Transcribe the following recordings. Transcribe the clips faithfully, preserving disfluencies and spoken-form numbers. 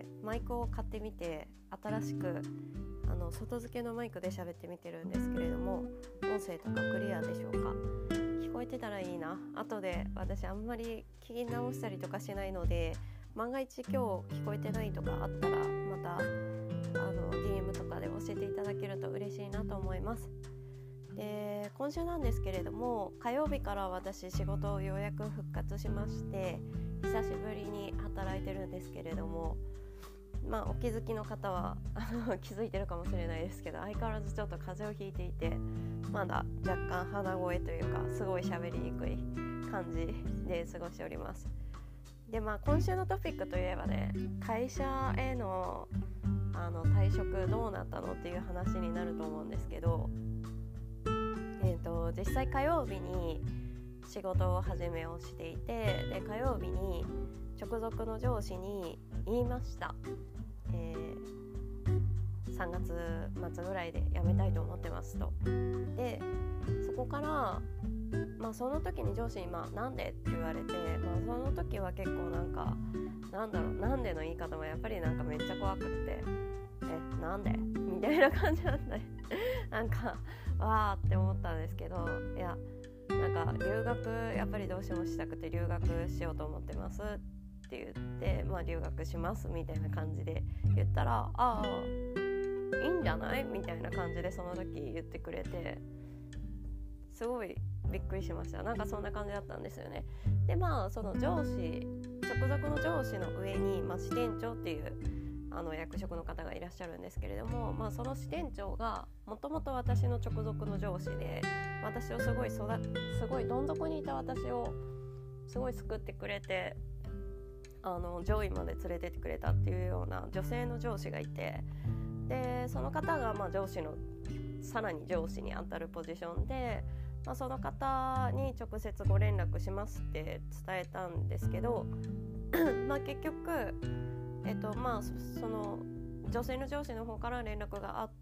でマイクを買ってみて、新しくあの外付けのマイクで喋ってみてるんですけれども、音声とかクリアでしょうか。聞こえてたらいいな。後で私あんまり聞き直したりとかしないので、万が一今日聞こえてないとかあったらまたあの ディーエム とかで教えていただけると嬉しいなと思います。で、今週なんですけれども、火曜日から私仕事をようやく復活しまして、久しぶりに働いてるんですけれども、まあお気づきの方は気づいてるかもしれないですけど、相変わらずちょっと風邪をひいていて、まだ若干鼻声というかすごい喋りにくい感じで過ごしております。で、まあ今週のトピックといえばね、会社へのあの退職どうなったのっていう話になると思うんですけど、えーと、実際火曜日に仕事を始めをしていて、で火曜日に直属の上司に言いました、えー、さんがつ末ぐらいで辞めたいと思ってますと。でそこから、まあ、その時に上司に、まあ、なんでって言われて、まあ、その時は結構なんかなんだろうなんでの言い方もやっぱりなんかめっちゃ怖くって、えなんでみたいな感じなんでなんかわーって思ったんですけど、いやなんか留学やっぱりどうしてもしたくて留学しようと思ってますって言って、まあ留学しますみたいな感じで言ったら、ああいいんじゃないみたいな感じでその時言ってくれて、すごいびっくりしました。なんかそんな感じだったんですよね。でまあその上司直属の上司の上に、まあ、支店長っていうあの役職の方がいらっしゃるんですけれども、まあ、その支店長がもともと私の直属の上司で、私をすごい育すごいどん底にいた私をすごい救ってくれて、あの上位まで連れてってくれたっていうような女性の上司がいて、でその方がまあ上司のさらに上司に当たるポジションで、まあ、その方に直接ご連絡しますって伝えたんですけどまあ結局えっとまあその女性の上司の方から連絡があって、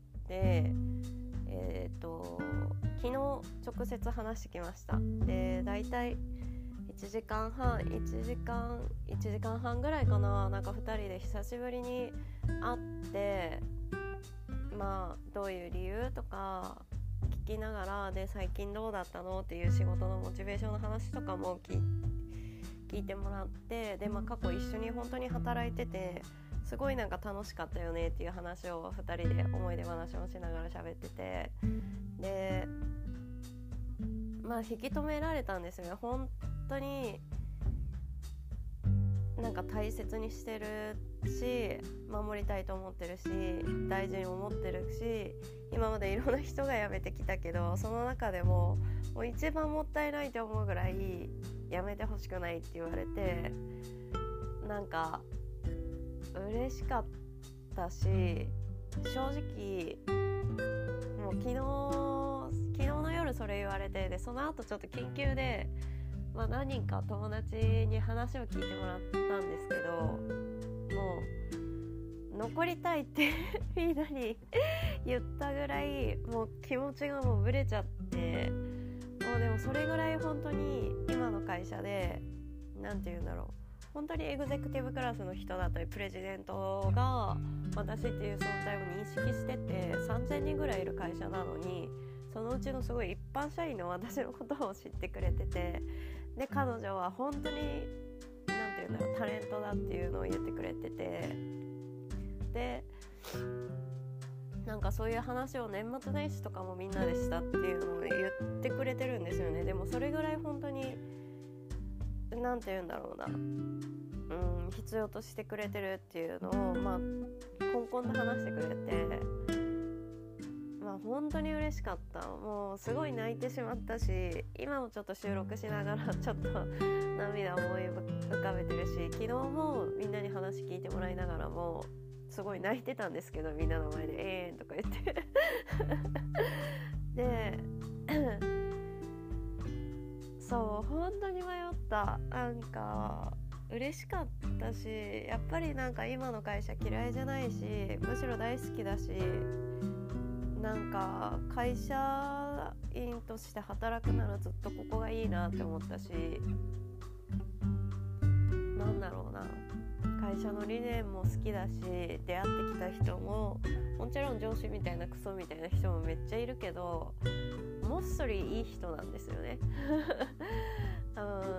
えっと昨日直接話してきました。でだいたいいちじかんはんいちじかんいちじかんはんぐらいかな、なんかふたりで久しぶりに会って、まあどういう理由とか聞きながら、で最近どうだったのっていう仕事のモチベーションの話とかも聞い聞いてもらって、で、まあ、過去一緒に本当に働いててすごいなんか楽しかったよねっていう話をふたりで思い出話をしながら喋ってて、でまあ引き止められたんですよね。本当になんか大切にしてるし、守りたいと思ってるし、大事に思ってるし、今までいろんな人が辞めてきたけど、その中でももう一番もったいないと思うぐらい辞めてほしくないって言われて、なんか嬉しかったし、正直もう昨日昨日の夜それ言われて、でその後ちょっと緊急で、まあ、何人か友達に話を聞いてもらったんですけど、もう残りたいってみんなに言ったぐらいもう気持ちがもうブレちゃって、もうでもそれぐらい本当に今の会社でなんて言うんだろう、本当にエグゼクティブクラスの人だったりプレジデントが私っていう存在を認識してて、さんぜんにんぐらいいる会社なのに、そのうちのすごい一般社員の私のことを知ってくれてて、で彼女は本当になんていうんだろう、タレントだっていうのを言ってくれてて、でなんかそういう話を年末年始とかもみんなでしたっていうのを言ってくれてるんですよね。でもそれぐらい本当になんていうんだろうな、うん、必要としてくれてるっていうのを、まあコンコンと話してくれて、まあ本当に嬉しかった。もうすごい泣いてしまったし、今もちょっと収録しながらちょっと涙思い浮かべてるし、昨日もみんなに話聞いてもらいながらもすごい泣いてたんですけど、みんなの前でえーんとか言ってでそう本当に迷った。なんか嬉しかったし、やっぱりなんか今の会社嫌いじゃないし、むしろ大好きだし、なんか会社員として働くならずっとここがいいなって思ったし、なんだろうな、 会社の理念も好きだし、出会ってきた人ももちろん上司みたいなクソみたいな人もめっちゃいるけど、モッソリーいい人なんですよねうん、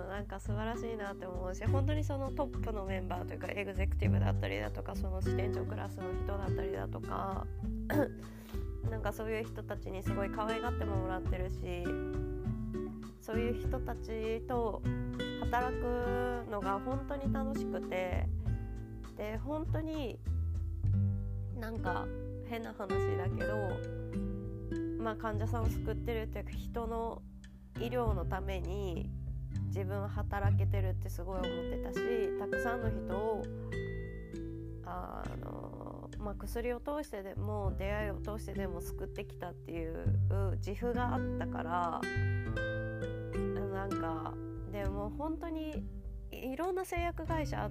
なんか素晴らしいなって思うし、本当にそのトップのメンバーというかエグゼクティブだったりだとか、その支店長クラスの人だったりだとかなんかそういう人たちにすごい可愛がってもらってるし、そういう人たちと働くのが本当に楽しくて、で本当になんか変な話だけど、まあ患者さんを救ってるっていうか、人の医療のために自分は働けてるってすごい思ってたし、たくさんの人をあの、まあ、薬を通してでも出会いを通してでも救ってきたっていう自負があったから、なんかでも本当にいろんな製薬会社あって、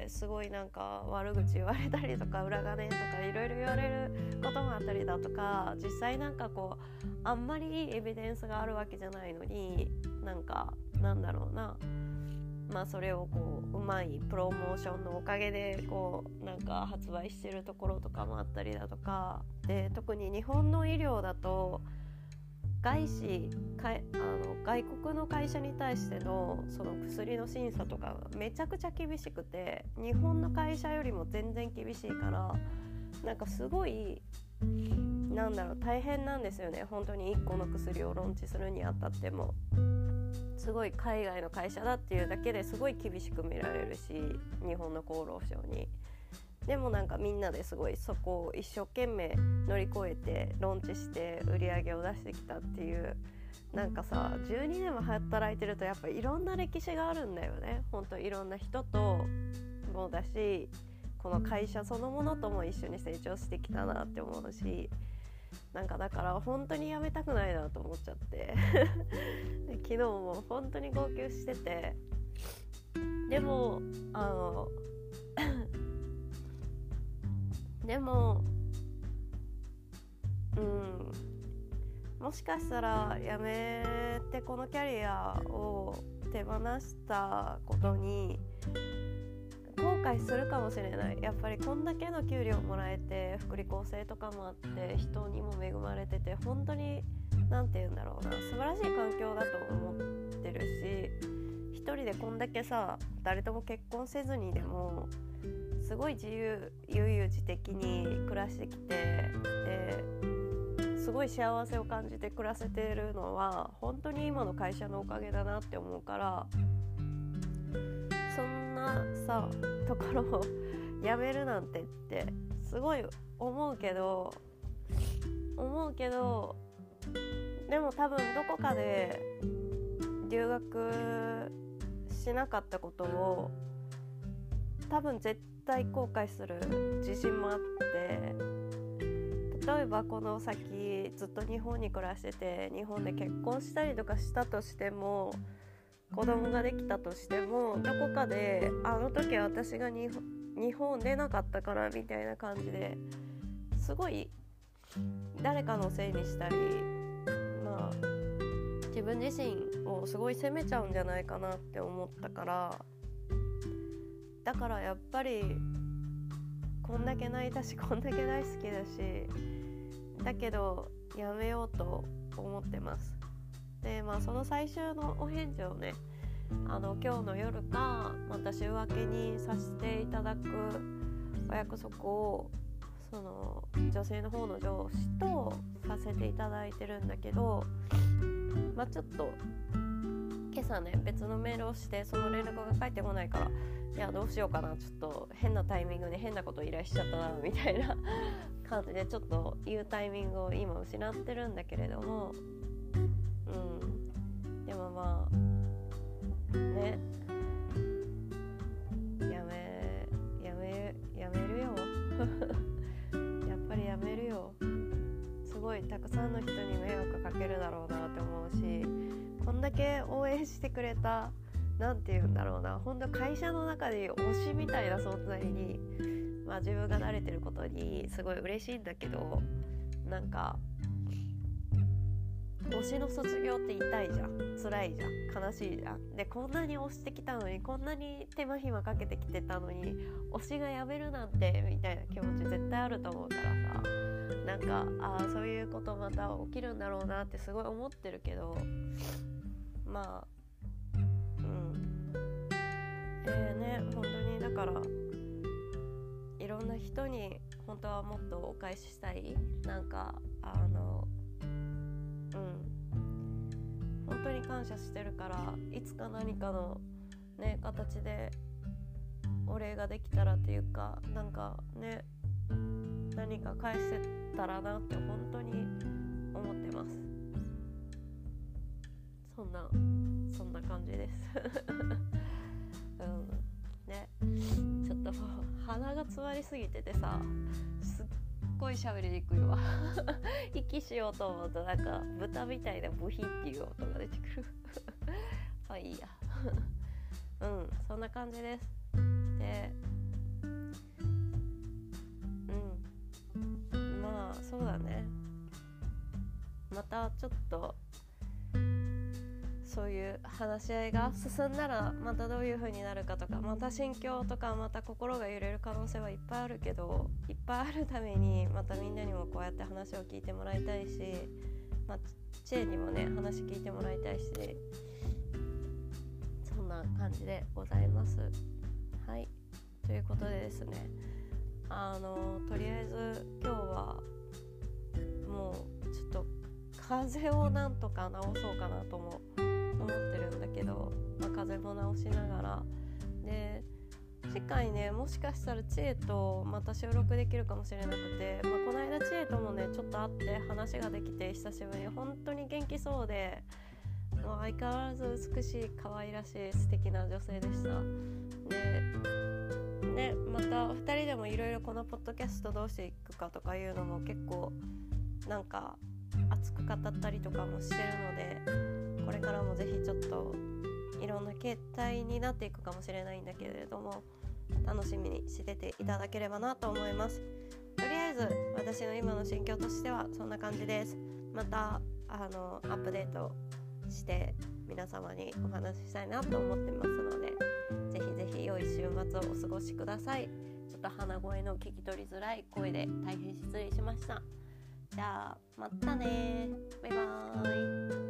すごいなんか悪口言われたりとか裏金とかいろいろ言われることもあったりだとか、実際なんかこうあんまりいいエビデンスがあるわけじゃないのに、なんかなんだろうな、まあそれをこううまいプロモーションのおかげでこうなんか発売してるところとかもあったりだとかで、特に日本の医療だと外資かいあの外国の会社に対してのその薬の審査とかめちゃくちゃ厳しくて、日本の会社よりも全然厳しいから、なんかすごいなんだろう大変なんですよね。本当にいっこの薬をローンチするにあたってもすごい海外の会社だっていうだけですごい厳しく見られるし、日本の厚労省に。でもなんかみんなですごいそこを一生懸命乗り越えてローンチして売り上げを出してきたっていう、なんかさじゅうにねんも働いてるとやっぱいろんな歴史があるんだよね。本当いろんな人ともだし、この会社そのものとも一緒に成長してきたなって思うし、なんかだから本当にやめたくないなと思っちゃってで昨日も本当に号泣してて、でもあのでもうんもしかしたらやめてこのキャリアを手放したことに後悔するかもしれない。やっぱりこんだけの給料もらえて、福利厚生とかもあって人にも恵まれてて、本当になんて言うんだろうな、素晴らしい環境だと思ってるし、一人でこんだけさ誰とも結婚せずにでもすごい自由悠々自適に暮らしてきて、ですごい幸せを感じて暮らせてるのは本当に今の会社のおかげだなって思うから、そんなさところをやめるなんてってすごい思うけど思うけどでも多分どこかで留学しなかったことを多分絶対後悔する自信もあって、例えばこの先ずっと日本に暮らしてて日本で結婚したりとかしたとしても、子供ができたとしても、どこかであの時私が日本、日本出なかったからみたいな感じですごい誰かのせいにしたり、まあ自分自身をすごい責めちゃうんじゃないかなって思ったから、だからやっぱりこんだけ泣いたしこんだけ大好きだし、だけどやめようと思ってます。でまあその最終のお返事をね、あの今日の夜かまた週明けにさせていただくお約束をその女性の方の上司とさせていただいてるんだけど、まあちょっと今朝ね別のメールをしてその連絡が返ってこないから、いやどうしようかな、ちょっと変なタイミングで変なこと依頼しちゃったなみたいな感じでちょっと言うタイミングを今失ってるんだけれども、うんでもまあねやめやめやめるよやっぱりやめるよ。すごいたくさんの人に迷惑かけるだろうなって思うし、こんだけ応援してくれた、なんて言うんだろうな、本当会社の中で推しみたいな存在に、まあ自分が慣れてることにすごい嬉しいんだけど、なんか推しの卒業って痛いじゃん、辛いじゃん、悲しいじゃん。でこんなに推してきたのに、こんなに手間暇かけてきてたのに推しが辞めるなんてみたいな気持ち絶対あると思うからさ、なんかああそういうことまた起きるんだろうなってすごい思ってるけど、まあうんえーね本当にだからいろんな人に本当はもっとお返ししたい、なんかあのうん本当に感謝してるから、いつか何かのね形でお礼ができたらっていうか、なんかね何か返せたらなって本当に思ってます。そんなそんな感じですうんね、ちょっともう鼻が詰まりすぎててさ、すっごい喋りにくいわ息しようと思うとなんか豚みたいなブヒっていう音が出てくるまあいいやうんそんな感じです。でうんまあそうだね、またちょっとそういう話し合いが進んだらまたどういう風になるかとか、また心境とかまた心が揺れる可能性はいっぱいあるけど、いっぱいあるためにまたみんなにもこうやって話を聞いてもらいたいし、まあ、知恵にもね話聞いてもらいたいし、そんな感じでございます。はい、ということでですね、あのとりあえず今日はもうちょっと風邪をなんとか治そうかなとも思ってるんだけど、まあ、風邪も治しながらで、次回ねもしかしたら知恵とまた収録できるかもしれなくて、まあ、この間知恵ともねちょっと会って話ができて、久しぶりに本当に元気そうで、もう相変わらず美しい可愛らしい素敵な女性でした。でね、またふたりでもいろいろこのポッドキャストどうしていくかとかいうのも結構なんか熱く語ったりとかもしてるので、これからもぜひちょっといろんな形態になっていくかもしれないんだけれども、楽しみにしてていただければなと思います。とりあえず私の今の心境としてはそんな感じです。またあのアップデートして皆様にお話ししたいなと思ってますので、ぜひぜひ良い週末をお過ごしください。ちょっと鼻声の聞き取りづらい声で大変失礼しました。じゃあまたね、バイバーイ。